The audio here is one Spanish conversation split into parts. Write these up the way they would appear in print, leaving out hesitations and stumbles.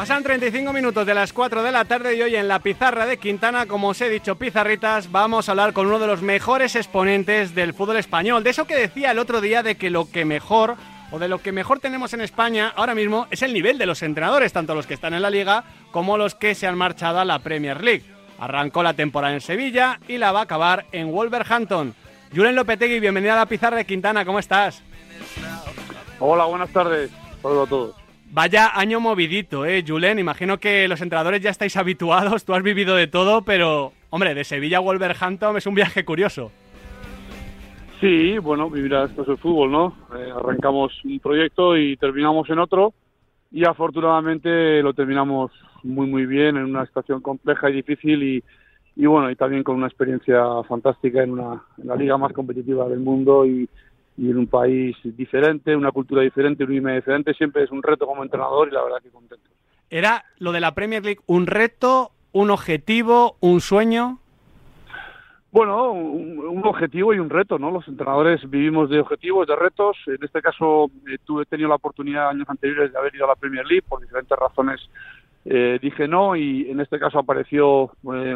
Pasan 35 minutos de las 4 de la tarde y hoy en la pizarra de Quintana, como os he dicho, pizarritas, vamos a hablar con uno de los mejores exponentes del fútbol español. De eso que decía el otro día de que lo que mejor tenemos en España ahora mismo es el nivel de los entrenadores, tanto los que están en la Liga como los que se han marchado a la Premier League. Arrancó la temporada en Sevilla y la va a acabar en Wolverhampton. Julen Lopetegui, bienvenido a la pizarra de Quintana, ¿cómo estás? Hola, buenas tardes. Saludos a todos. Vaya año movidito, Julen. Imagino que los entrenadores ya estáis habituados, tú has vivido de todo, pero, hombre, de Sevilla a Wolverhampton es un viaje curioso. Sí, bueno, vivirás, esto es el fútbol, ¿no? Arrancamos un proyecto y terminamos en otro, y afortunadamente lo terminamos muy bien, en una situación compleja y difícil, y bueno, y también con una experiencia fantástica en la liga más competitiva del mundo y en un país diferente, una cultura diferente, un idioma diferente. Siempre es un reto como entrenador y la verdad que contento. ¿Era lo de la Premier League un reto, un objetivo, un sueño? Bueno, un objetivo y un reto, ¿no? Los entrenadores vivimos de objetivos, de retos. En este caso, he tenido la oportunidad años anteriores de haber ido a la Premier League, por diferentes razones dije no, y en este caso apareció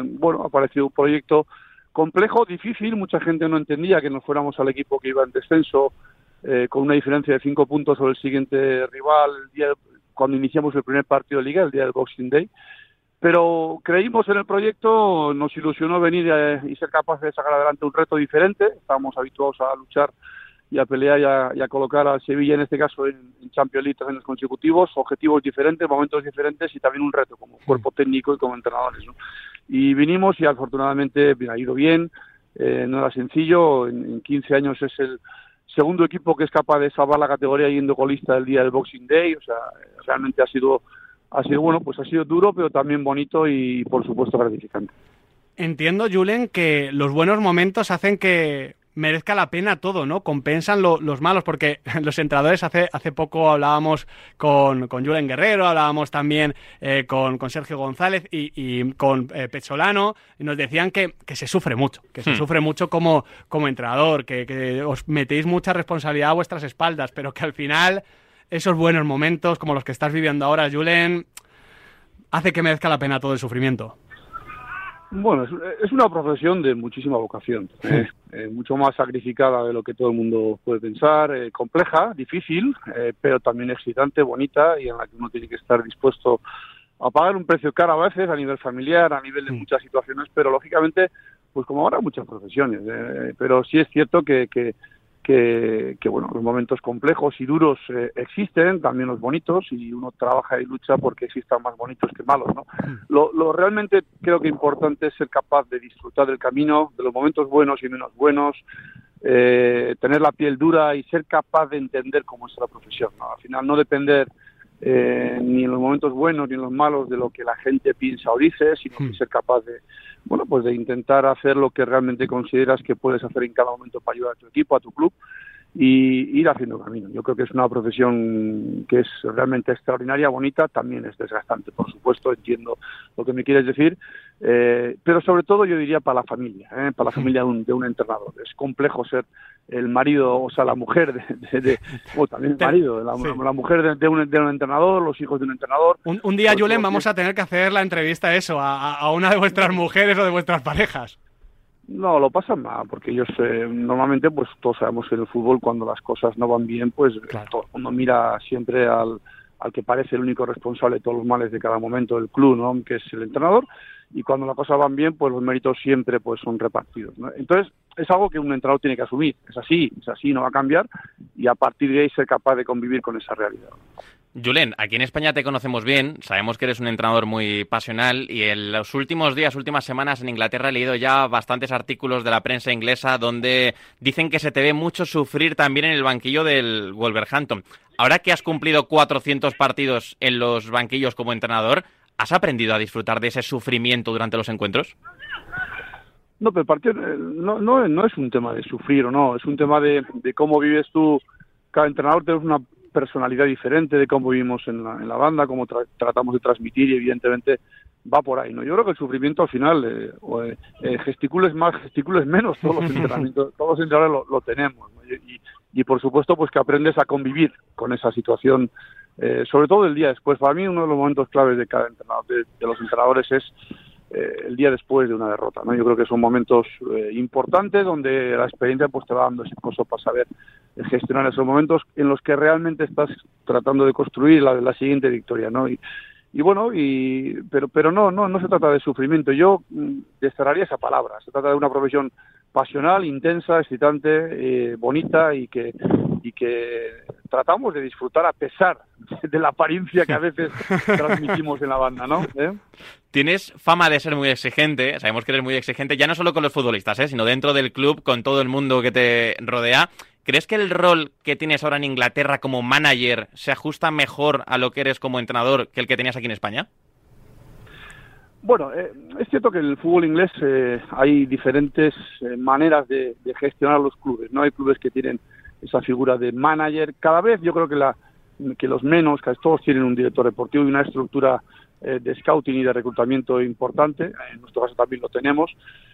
un proyecto complejo, difícil. Mucha gente no entendía que nos fuéramos al equipo que iba en descenso, con una diferencia de 5 puntos sobre el siguiente rival cuando iniciamos el primer partido de Liga, el día del Boxing Day. Pero creímos en el proyecto, nos ilusionó venir y ser capaces de sacar adelante un reto diferente. Estábamos habituados a luchar y a pelear y a colocar a Sevilla, en este caso, en Champions League 3 años consecutivos, objetivos diferentes, momentos diferentes y también un reto como cuerpo técnico y como entrenadores, ¿no? Y vinimos y afortunadamente ha ido bien, no era sencillo. En 15 años es el segundo equipo que es capaz de salvar la categoría yendo colista el día del Boxing Day. O sea, realmente ha sido bueno, pues ha sido duro, pero también bonito y por supuesto gratificante. Entiendo, Julen, que los buenos momentos hacen que merezca la pena todo, ¿no? Compensan los malos, porque los entrenadores hace poco hablábamos con Julen Guerrero, hablábamos también con Sergio González y con Pezzolano, y nos decían que se sufre mucho, sufre mucho como entrenador, que os metéis mucha responsabilidad a vuestras espaldas, pero que al final esos buenos momentos, como los que estás viviendo ahora, Julen, hace que merezca la pena todo el sufrimiento. Bueno, es una profesión de muchísima vocación, mucho más sacrificada de lo que todo el mundo puede pensar, compleja, difícil, pero también excitante, bonita, y en la que uno tiene que estar dispuesto a pagar un precio caro a veces, a nivel familiar, a nivel de muchas situaciones, pero lógicamente, pues como ahora muchas profesiones, pero sí es cierto que bueno, los momentos complejos y duros existen, también los bonitos, y uno trabaja y lucha porque existan más bonitos que malos, ¿no? Lo realmente creo que importante es ser capaz de disfrutar del camino, de los momentos buenos y menos buenos, tener la piel dura y ser capaz de entender cómo es la profesión, ¿no? Al final no depender ni en los momentos buenos ni en los malos de lo que la gente piensa o dice, sino que ser capaz de intentar hacer lo que realmente consideras que puedes hacer en cada momento para ayudar a tu equipo, a tu club, y ir haciendo camino. Yo creo que es una profesión que es realmente extraordinaria, bonita, también es desgastante, por supuesto, entiendo lo que me quieres decir, pero sobre todo yo diría para la familia, para la familia de un entrenador. Es complejo ser el marido, o sea, la mujer también el marido, la mujer de un entrenador, los hijos de un entrenador. Un día, Julen, vamos a tener que hacer la entrevista a una de vuestras mujeres o de vuestras parejas. No, lo pasan mal, porque ellos normalmente, pues todos sabemos que en el fútbol cuando las cosas no van bien, pues claro, todo el mundo mira siempre al que parece el único responsable de todos los males de cada momento del club, ¿no? Que es el entrenador, y cuando las cosas van bien, pues los méritos siempre pues son repartidos, ¿no? Entonces, es algo que un entrenador tiene que asumir, es así, no va a cambiar, y a partir de ahí ser capaz de convivir con esa realidad. Julen, aquí en España te conocemos bien, sabemos que eres un entrenador muy pasional y en los últimos días, últimas semanas en Inglaterra he leído ya bastantes artículos de la prensa inglesa donde dicen que se te ve mucho sufrir también en el banquillo del Wolverhampton. Ahora que has cumplido 400 partidos en los banquillos como entrenador, ¿has aprendido a disfrutar de ese sufrimiento durante los encuentros? No, pero el partido no es un tema de sufrir o no, es un tema de cómo vives tú. Cada entrenador tiene una personalidad diferente de cómo vivimos en la banda, cómo tratamos de transmitir, y evidentemente va por ahí, ¿no? Yo creo que el sufrimiento al final, gesticules más, gesticules menos, todos los entrenamientos, todos los entrenadores lo tenemos, ¿no? Y por supuesto pues que aprendes a convivir con esa situación sobre todo el día después. Para mí uno de los momentos claves de cada entrenador, de los entrenadores, es el día después de una derrota, ¿no? Yo creo que son momentos importantes donde la experiencia pues te va dando ese curso para saber gestionar esos momentos en los que realmente estás tratando de construir la siguiente victoria, ¿no? Pero no se trata de sufrimiento. Yo desterraría esa palabra. Se trata de una profesión pasional, intensa, excitante, bonita y que tratamos de disfrutar a pesar de la apariencia que a veces transmitimos en la banda, ¿no? Tienes fama de ser muy exigente, sabemos que eres muy exigente, ya no solo con los futbolistas, sino dentro del club, con todo el mundo que te rodea. ¿Crees que el rol que tienes ahora en Inglaterra como manager se ajusta mejor a lo que eres como entrenador que el que tenías aquí en España? Bueno, es cierto que en el fútbol inglés hay diferentes maneras de gestionar los clubes, ¿no? Hay clubes que tienen esa figura de manager. Cada vez yo creo que los menos, casi todos tienen un director deportivo y una estructura de scouting y de reclutamiento importante. En nuestro caso también lo tenemos.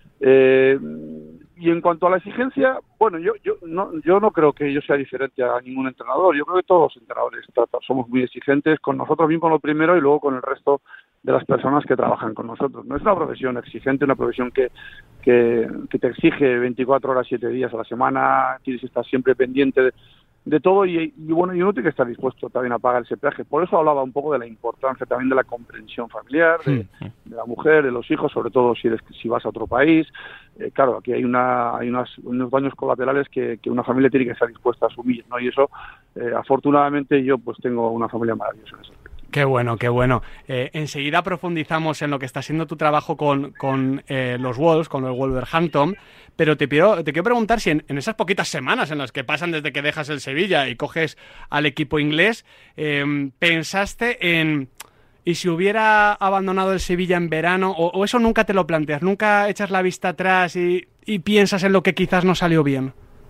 Y en cuanto a la exigencia, bueno, yo no creo que yo sea diferente a ningún entrenador. Yo creo que todos los entrenadores somos muy exigentes con nosotros mismos lo primero y luego con el resto de las personas que trabajan con nosotros. No es una profesión exigente, una profesión que te exige 24 horas, 7 días a la semana, tienes que estar siempre pendiente de todo y bueno, y uno tiene que estar dispuesto también a pagar ese peaje. Por eso hablaba un poco de la importancia también de la comprensión familiar, de la mujer, de los hijos, sobre todo si vas a otro país. Claro, aquí hay unos daños colaterales que una familia tiene que estar dispuesta a asumir, ¿no? Y eso, afortunadamente, yo pues tengo una familia maravillosa en ese aspecto. Qué bueno, qué bueno. Enseguida profundizamos en lo que está siendo tu trabajo con los Wolves, con el Wolverhampton, pero te quiero preguntar si en esas poquitas semanas en las que pasan desde que dejas el Sevilla y coges al equipo inglés, pensaste en... ¿Y si hubiera abandonado el Sevilla en verano? ¿O eso nunca te lo planteas? ¿Nunca echas la vista atrás y piensas en lo que quizás no salió bien?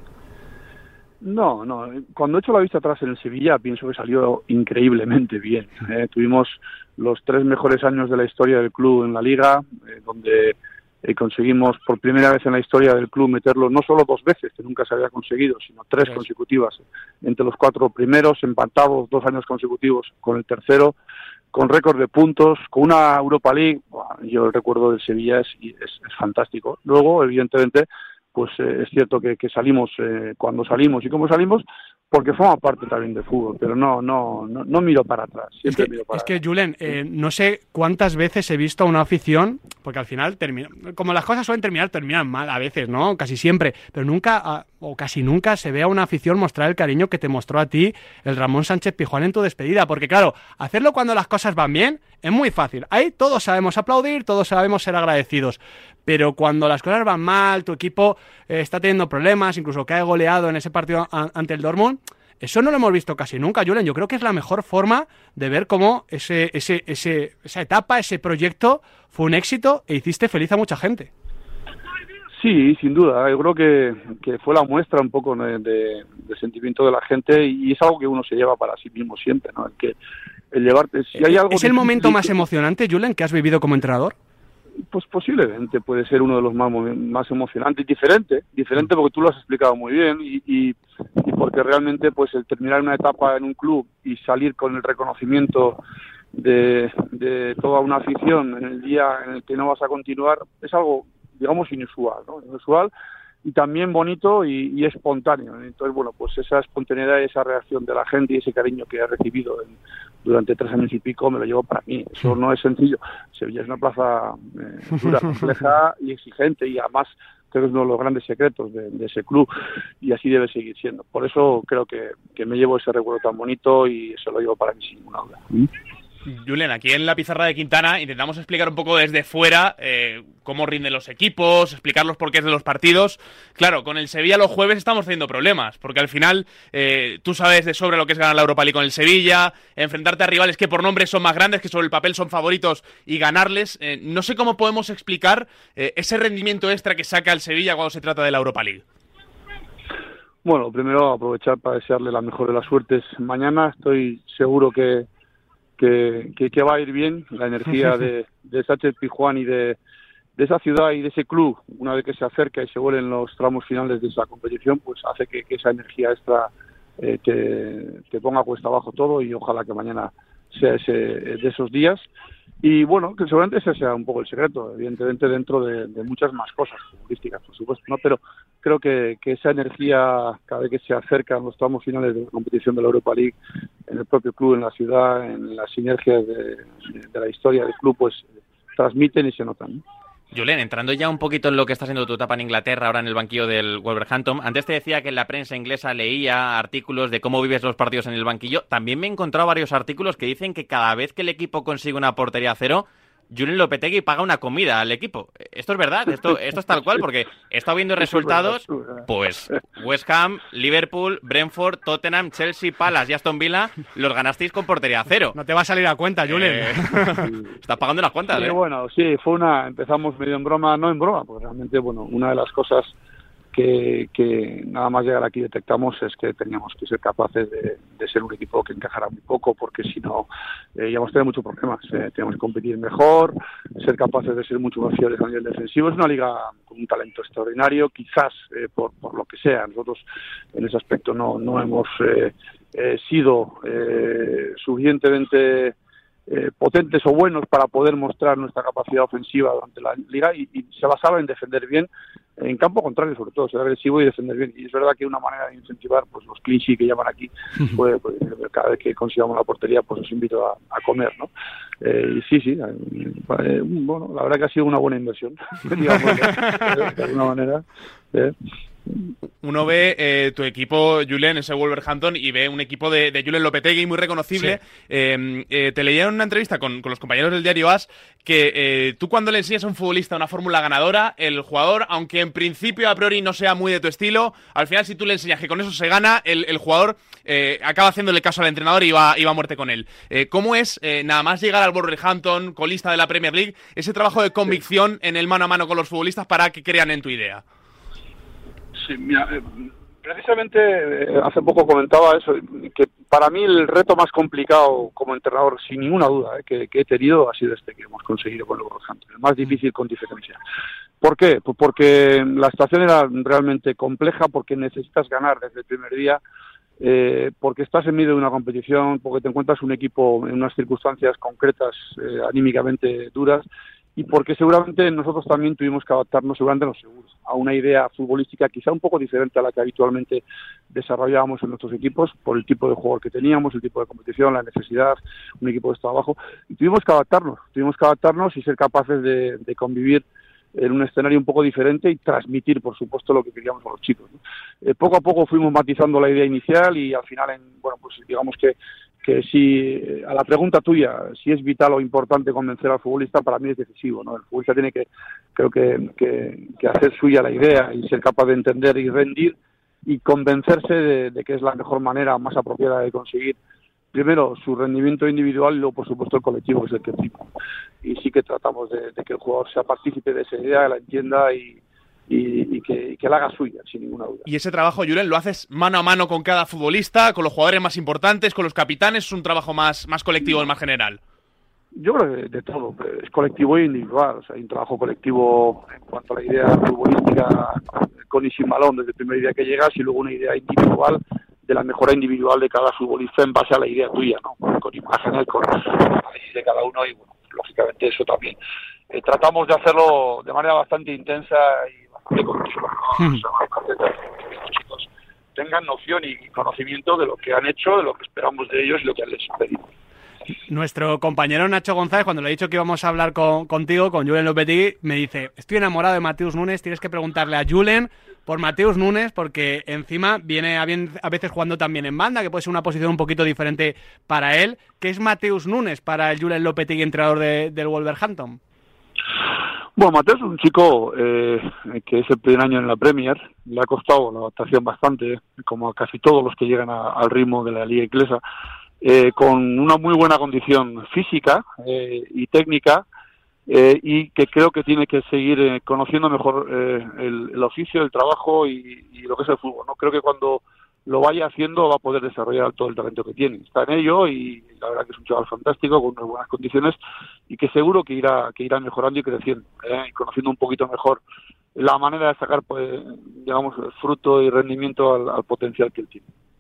No. Cuando echo la vista atrás en el Sevilla, pienso que salió increíblemente bien. Tuvimos los 3 mejores años de la historia del club en la Liga, donde conseguimos por primera vez en la historia del club meterlo no solo 2 veces, que nunca se había conseguido, sino 3 consecutivas entre los 4 primeros, empatados 2 años consecutivos con el tercero, con récord de puntos, con una Europa League. Yo el recuerdo del Sevilla es fantástico. Luego, evidentemente, pues es cierto que salimos cuando salimos y cómo salimos, porque forma parte también del fútbol, pero no miro para atrás. Siempre miro para atrás. Julen, no sé cuántas veces he visto a una afición, porque al final, como las cosas suelen terminan mal a veces, ¿no? Casi siempre, pero nunca, o casi nunca, se ve a una afición mostrar el cariño que te mostró a ti el Ramón Sánchez Pizjuán en tu despedida, porque claro, hacerlo cuando las cosas van bien es muy fácil. Ahí todos sabemos aplaudir, todos sabemos ser agradecidos, pero cuando las cosas van mal, tu equipo está teniendo problemas, incluso cae goleado en ese partido ante el Dortmund, eso no lo hemos visto casi nunca, Julen. Yo creo que es la mejor forma de ver cómo esa etapa, ese proyecto fue un éxito e hiciste feliz a mucha gente. Sí, sin duda. Yo creo que fue la muestra un poco de sentimiento de la gente y es algo que uno se lleva para sí mismo siempre, ¿no? El llevarte... Si hay algo ¿Es el momento más emocionante, Julen, que has vivido como entrenador? Pues posiblemente puede ser uno de los más emocionantes, diferente porque tú lo has explicado muy bien y porque realmente pues el terminar una etapa en un club y salir con el reconocimiento de toda una afición en el día en el que no vas a continuar es algo, digamos, inusual, ¿no? Inusual y también bonito y espontáneo. Entonces, bueno, pues esa espontaneidad y esa reacción de la gente y ese cariño que he recibido durante 3 años y pico me lo llevo para mí. Eso no es sencillo. Sevilla es una plaza dura, compleja y exigente y además creo que es uno de los grandes secretos de ese club y así debe seguir siendo. Por eso creo que me llevo ese recuerdo tan bonito y se lo llevo para mí sin ninguna duda. Julen, aquí en la pizarra de Quintana intentamos explicar un poco desde fuera cómo rinden los equipos, explicar los porqués de los partidos. Claro, con el Sevilla los jueves estamos teniendo problemas, porque al final tú sabes de sobra lo que es ganar la Europa League con el Sevilla, enfrentarte a rivales que por nombre son más grandes, que sobre el papel son favoritos y ganarles. No sé cómo podemos explicar ese rendimiento extra que saca el Sevilla cuando se trata de la Europa League. Bueno, primero aprovechar para desearle la mejor de las suertes mañana. Estoy seguro que va a ir bien la energía de Sánchez Pizjuán y de esa ciudad y de ese club. Una vez que se acerca y se vuelven los tramos finales de esa competición, pues hace que esa energía extra te ponga cuesta abajo todo, y ojalá que mañana sea ese de esos días. Y bueno, que seguramente ese sea un poco el secreto, evidentemente dentro de muchas más cosas futbolísticas, por supuesto, ¿no? Pero creo que esa energía, cada vez que se acercan los tramos finales de la competición de la Europa League, en el propio club, en la ciudad, en las sinergias de la historia del club, pues transmiten y se notan, ¿no? Julen, entrando ya un poquito en lo que está siendo tu etapa en Inglaterra, ahora en el banquillo del Wolverhampton, antes te decía que en la prensa inglesa leía artículos de cómo vives los partidos en el banquillo. También me he encontrado varios artículos que dicen que cada vez que el equipo consigue una portería a cero, Julen Lopetegui paga una comida al equipo. ¿Esto es verdad? ¿Esto es tal cual? Porque he estado viendo resultados, pues West Ham, Liverpool, Brentford, Tottenham, Chelsea, Palace y Aston Villa los ganasteis con portería a cero. No te va a salir a cuenta, Julen. Estás pagando unas cuentas, sí, bueno, sí, empezamos medio en broma, no en broma, porque realmente, bueno, una de las cosas que nada más llegar aquí detectamos es que teníamos que ser capaces de ser un equipo que encajara muy poco, porque si no íbamos a tener muchos problemas. Teníamos que competir mejor, ser capaces de ser mucho más fiables a nivel defensivo. Es una liga con un talento extraordinario, quizás por lo que sea. Nosotros en ese aspecto no hemos sido suficientemente potentes o buenos para poder mostrar nuestra capacidad ofensiva durante la liga, y se basaba en defender bien, en campo contrario sobre todo, ser agresivo y defender bien. Y es verdad que una manera de incentivar pues los clean sheet que llaman aquí, pues cada vez que consigamos la portería, pues os invito a comer, ¿no? Y sí, bueno, la verdad que ha sido una buena inversión, digamos, de alguna manera. Uno ve tu equipo, Julen, ese Wolverhampton, y ve un equipo de Julen Lopetegui muy reconocible. Sí. Te leía en una entrevista con los compañeros del diario AS que tú, cuando le enseñas a un futbolista una fórmula ganadora, el jugador, aunque en principio a priori no sea muy de tu estilo, al final, si tú le enseñas que con eso se gana, el jugador acaba haciéndole caso al entrenador y va a muerte con él. ¿Cómo es, nada más llegar al Wolverhampton, colista de la Premier League, ese trabajo de convicción en el mano a mano con los futbolistas para que crean en tu idea? Sí, mira, precisamente hace poco comentaba eso, que para mí el reto más complicado como entrenador, sin ninguna duda, que he tenido, ha sido este que hemos conseguido con el Wolverhampton, el más difícil con diferencia. ¿Por qué? Pues porque la situación era realmente compleja, porque necesitas ganar desde el primer día, porque estás en medio de una competición, porque te encuentras un equipo en unas circunstancias concretas, anímicamente duras, y porque seguramente nosotros también tuvimos que adaptarnos, seguramente los seguros, a una idea futbolística quizá un poco diferente a la que habitualmente desarrollábamos en nuestros equipos, por el tipo de jugador que teníamos, el tipo de competición, la necesidad, un equipo de estado abajo, y tuvimos que adaptarnos y ser capaces de convivir en un escenario un poco diferente y transmitir, por supuesto, lo que queríamos a los chicos, ¿no? Poco a poco fuimos matizando la idea inicial, y al final, pues digamos que si a la pregunta tuya, si es vital o importante convencer al futbolista, para mí es decisivo, ¿no? El futbolista tiene que hacer suya la idea y ser capaz de entender y rendir y convencerse de que es la mejor manera, más apropiada de conseguir primero su rendimiento individual y luego, por supuesto, el colectivo, que es el que prima. Y sí que tratamos de que el jugador sea partícipe de esa idea, la entienda y que la haga suya, sin ninguna duda. Y ese trabajo, Julen, lo haces mano a mano con cada futbolista, con los jugadores más importantes, con los capitanes, ¿es un trabajo más colectivo, más general? Yo creo que de todo, es colectivo e individual. O sea, hay un trabajo colectivo en cuanto a la idea futbolística con y sin balón desde el primer día que llegas, y luego una idea individual de la mejora individual de cada futbolista en base a la idea tuya, ¿no? Con imágenes, con análisis de cada uno, y bueno, lógicamente eso también. Tratamos de hacerlo de manera bastante intensa y bastante continua, ¿no? O sea, que los chicos tengan noción y conocimiento de lo que han hecho, de lo que esperamos de ellos y lo que les pedimos. Nuestro compañero Nacho González, cuando le he dicho que íbamos a hablar contigo, con Julen Lopetegui, me dice: estoy enamorado de Mateus Nunes, tienes que preguntarle a Julen por Mateus Nunes, porque encima viene a veces jugando también en banda, que puede ser una posición un poquito diferente para él. ¿Qué es Mateus Nunes para el Julen Lopetegui, entrenador del Wolverhampton? Bueno, Mateus es un chico que es el primer año en la Premier, le ha costado la adaptación bastante, como a casi todos los que llegan al ritmo de la liga inglesa, con una muy buena condición física y técnica, y que creo que tiene que seguir conociendo mejor el oficio, el trabajo y lo que es el fútbol, ¿no? Creo que cuando lo vaya haciendo va a poder desarrollar todo el talento que tiene. Está en ello, y la verdad que es un chaval fantástico, con unas buenas condiciones, y que seguro que irá mejorando y creciendo, y conociendo un poquito mejor la manera de sacar, pues, digamos, fruto y rendimiento al potencial que él tiene.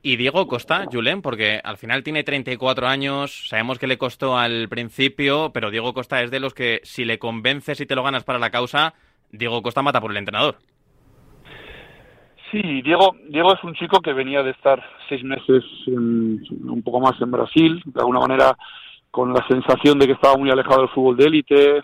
¿Y Diego Costa, Julen? Porque al final tiene 34 años, sabemos que le costó al principio, pero Diego Costa es de los que si le convences y te lo ganas para la causa, Diego Costa mata por el entrenador. Sí, Diego es un chico que venía de estar 6 meses, un poco más en Brasil, de alguna manera con la sensación de que estaba muy alejado del fútbol de élite,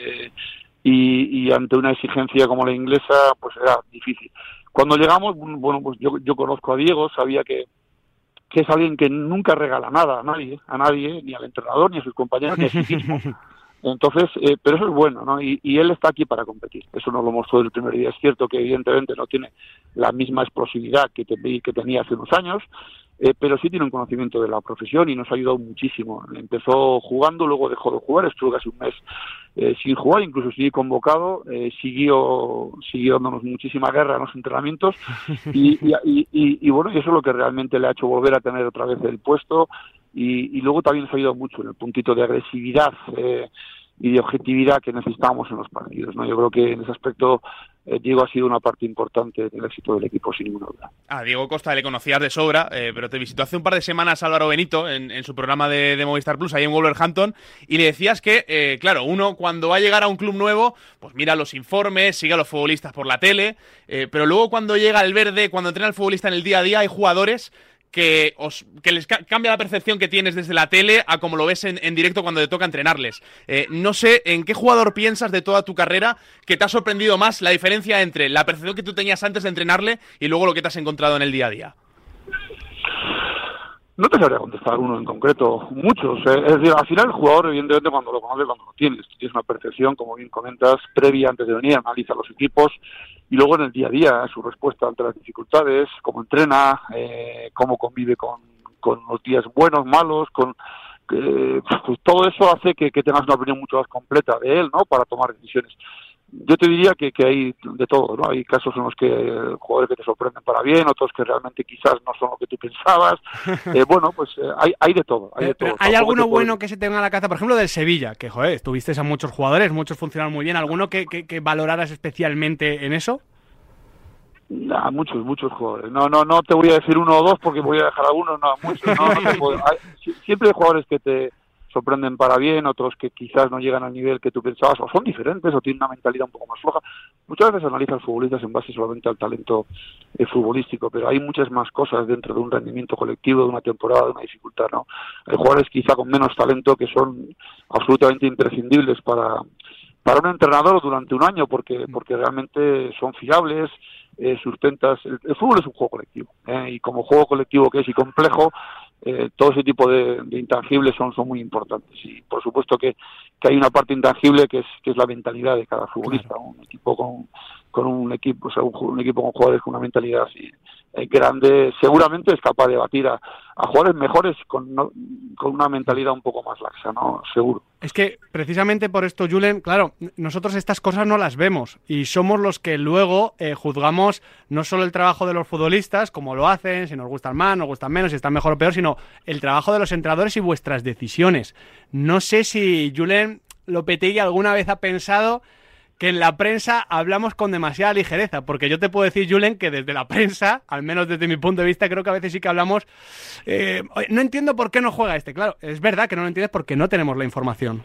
y ante una exigencia como la inglesa, pues era difícil. Cuando llegamos, bueno, pues yo conozco a Diego, sabía que es alguien que nunca regala nada a nadie, ni al entrenador, ni a sus compañeros, ni a sí mismo. Entonces, pero eso es bueno, ¿no? Y él está aquí para competir. Eso nos lo mostró el primer día. Es cierto que evidentemente no tiene la misma explosividad que tenía hace unos años, pero sí tiene un conocimiento de la profesión y nos ha ayudado muchísimo. Empezó jugando, luego dejó de jugar, estuvo casi un mes sin jugar, incluso sigue convocado, siguió dándonos muchísima guerra en los entrenamientos y bueno, y eso es lo que realmente le ha hecho volver a tener otra vez el puesto. Y luego también nos ha ayudado mucho en el puntito de agresividad y de objetividad que necesitábamos en los partidos, ¿no? Yo creo que en ese aspecto Diego ha sido una parte importante del éxito del equipo, sin ninguna duda. A Diego Costa le conocías de sobra, pero te visitó hace un par de semanas Álvaro Benito en su programa de Movistar Plus, ahí en Wolverhampton, y le decías que, claro, uno cuando va a llegar a un club nuevo, pues mira los informes, sigue a los futbolistas por la tele, pero luego cuando llega el verde, cuando entrena al futbolista en el día a día, hay jugadores que les cambia la percepción que tienes desde la tele a como lo ves en directo cuando te toca entrenarles. No sé en qué jugador piensas de toda tu carrera que te ha sorprendido más la diferencia entre la percepción que tú tenías antes de entrenarle y luego lo que te has encontrado en el día a día. No te sabría contestar uno en concreto, muchos. Es decir, al final el jugador, evidentemente, cuando lo conoces, cuando lo tienes una percepción, como bien comentas, previa antes de venir, analiza los equipos y luego en el día a día su respuesta ante las dificultades, cómo entrena, cómo convive con los días buenos, malos, pues todo eso hace que tengas una opinión mucho más completa de él, ¿no? Para tomar decisiones. Yo te diría que hay de todo, ¿no? Hay casos en los que jugadores que te sorprenden para bien, otros que realmente quizás no son lo que tú pensabas. Bueno, pues hay de todo. ¿Hay alguno bueno que se tenga a la cabeza? Por ejemplo, del Sevilla, que, joder, tuviste a muchos jugadores, muchos funcionaron muy bien. ¿Alguno que valoraras especialmente en eso? Muchos jugadores. No te voy a decir uno o dos porque voy a dejar algunos, muchos. No te puedo. Siempre hay jugadores que te sorprenden para bien, otros que quizás no llegan al nivel que tú pensabas, o son diferentes, o tienen una mentalidad un poco más floja. Muchas veces analizas futbolistas en base solamente al talento futbolístico, pero hay muchas más cosas dentro de un rendimiento colectivo, de una temporada, de una dificultad, ¿no? Hay jugadores quizá con menos talento que son absolutamente imprescindibles para un entrenador durante un año, porque realmente son fiables, sustentas. El fútbol es un juego colectivo, y como juego colectivo que es y complejo, todo ese tipo de intangibles son muy importantes. Y por supuesto que hay una parte intangible que es la mentalidad de cada futbolista. Claro. Un equipo con un equipo, o sea, un equipo con jugadores con una mentalidad así grande, seguramente es capaz de batir a jugadores mejores con una mentalidad un poco más laxa, ¿no? Seguro. Es que precisamente por esto, Julen, claro, nosotros estas cosas no las vemos y somos los que luego juzgamos no solo el trabajo de los futbolistas, como lo hacen, si nos gustan más, nos gustan menos, si están mejor o peor, sino el trabajo de los entrenadores y vuestras decisiones. No sé si Julen Lopetegui alguna vez ha pensado que en la prensa hablamos con demasiada ligereza, porque yo te puedo decir, Julen, que desde la prensa, al menos desde mi punto de vista, creo que a veces sí que hablamos, no entiendo por qué no juega este. Claro, es verdad que no lo entiendes porque no tenemos la información.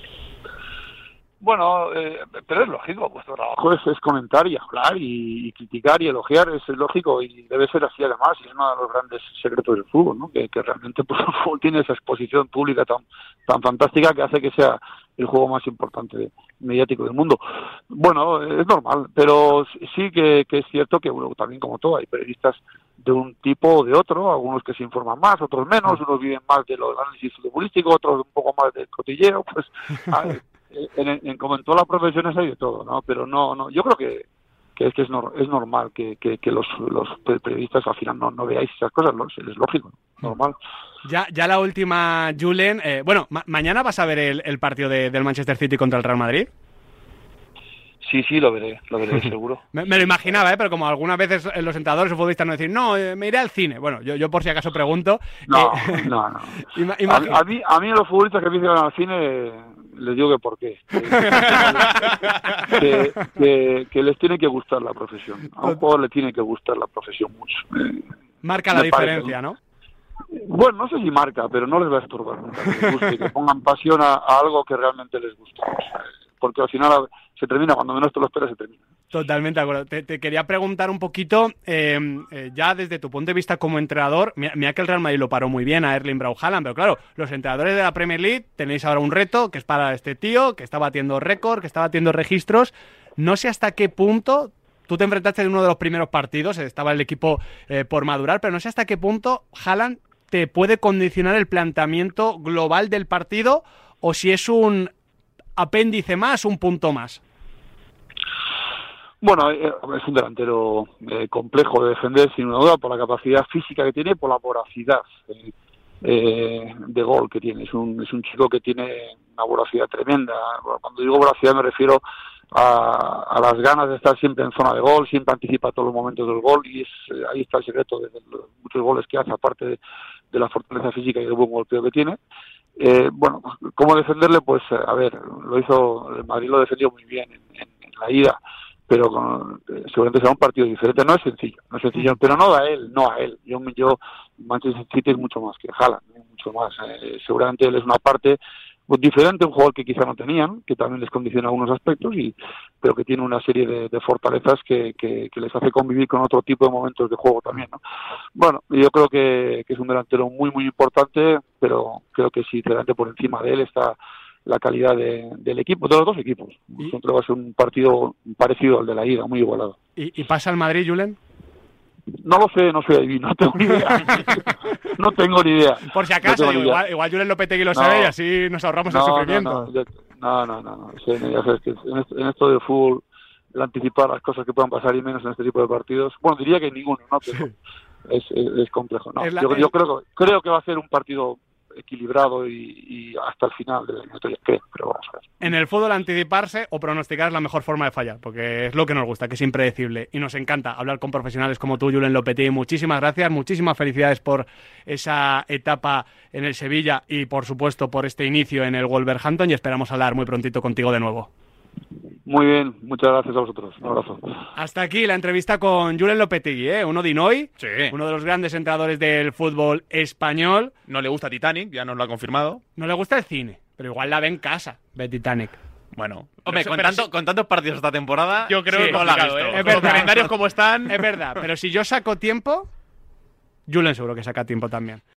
Bueno, pero es lógico, vuestro trabajo es comentar y hablar y criticar y elogiar, es lógico y debe ser así además, y es uno de los grandes secretos del fútbol, ¿no? Que realmente pues, el fútbol tiene esa exposición pública tan fantástica que hace que sea el juego más importante mediático del mundo. Bueno, es normal, pero sí que es cierto que, bueno, también como todo, hay periodistas de un tipo o de otro, algunos que se informan más, otros menos, unos viven más de lo del análisis futbolístico, otros un poco más del cotilleo, pues como en todas las profesiones hay de todo, ¿no? Pero no, yo creo que es normal que los periodistas al final no veáis esas cosas, es lógico, normal. Ya la última, Julen, bueno, mañana vas a ver el partido del Manchester City contra el Real Madrid. Sí, lo veré seguro. me lo imaginaba, pero como algunas veces los entrenadores o futbolistas no decir, no, me iré al cine. Bueno, yo por si acaso pregunto. No. A mí los futbolistas que me dicen al cine les digo que por qué. Que les tiene que gustar la profesión. A un jugador le tiene que gustar la profesión mucho. Marca la Me parece, diferencia, ¿no? Bueno, no sé si marca, pero no les va a estorbar nunca que les guste, que pongan pasión a algo que realmente les gusta. Porque al final se termina, cuando menos te lo esperas, se termina. Totalmente de acuerdo. Te quería preguntar un poquito, ya desde tu punto de vista como entrenador, mira que el Real Madrid lo paró muy bien a Erling Braut Haaland, pero claro, los entrenadores de la Premier League tenéis ahora un reto que es para este tío, que está batiendo récord, que está batiendo registros. No sé hasta qué punto tú te enfrentaste en uno de los primeros partidos, estaba el equipo por madurar, pero no sé hasta qué punto Haaland te puede condicionar el planteamiento global del partido o si es un apéndice más, un punto más. Bueno, es un delantero complejo de defender, sin duda, por la capacidad física que tiene, por la voracidad de gol que tiene. Es un chico que tiene una voracidad tremenda. Cuando digo voracidad me refiero a las ganas de estar siempre en zona de gol, siempre anticipa todos los momentos del gol y ahí está el secreto de los muchos goles que hace, aparte de la fortaleza física y el buen golpeo que tiene. Bueno, ¿cómo defenderle? Pues a ver, el Madrid lo defendió muy bien en la ida, pero seguramente será un partido diferente. No es sencillo, pero no a él. Yo Manchester City es mucho más que Haaland, mucho más. Seguramente él es una parte diferente, un jugador que quizá no tenían, que también les condiciona algunos aspectos, pero que tiene una serie de fortalezas que les hace convivir con otro tipo de momentos de juego también, ¿no? Bueno, yo creo que es un delantero muy, muy importante, pero creo que sinceramente por encima de él está la calidad del equipo, de los dos equipos. Creo que va a ser un partido parecido al de la ida, muy igualado. ¿Y pasa el Madrid, Julen? No lo sé, no soy adivino, no tengo ni idea. No tengo ni idea. Por si acaso, igual Julen Lopetegui lo sabe y así nos ahorramos el sufrimiento. No. Ya sabes que en esto del fútbol, el anticipar las cosas que puedan pasar y menos en este tipo de partidos, bueno, diría que ninguno, ¿no? Pero sí. es complejo, ¿no? Yo creo que va a ser un partido equilibrado y hasta el final de la eliminatoria, creo, pero vamos a ver. En el fútbol, anticiparse o pronosticar es la mejor forma de fallar, porque es lo que nos gusta, que es impredecible, y nos encanta hablar con profesionales como tú, Julen Lopetegui. Muchísimas gracias, muchísimas felicidades por esa etapa en el Sevilla y, por supuesto, por este inicio en el Wolverhampton, y esperamos hablar muy prontito contigo de nuevo. Muy bien, muchas gracias a vosotros. Un abrazo. Hasta aquí la entrevista con Julen Lopetegui, uno de Inoi, Sí. uno de los grandes entrenadores del fútbol español. No le gusta Titanic, ya nos lo ha confirmado. No le gusta el cine, pero igual la ve en casa, ve Titanic. Bueno, Hombre, pero con tantos partidos esta temporada, yo creo que no la ha complicado, visto. ¿eh? Es Los verdad. calendarios como están. Es verdad, pero si yo saco tiempo, Julen seguro que saca tiempo también.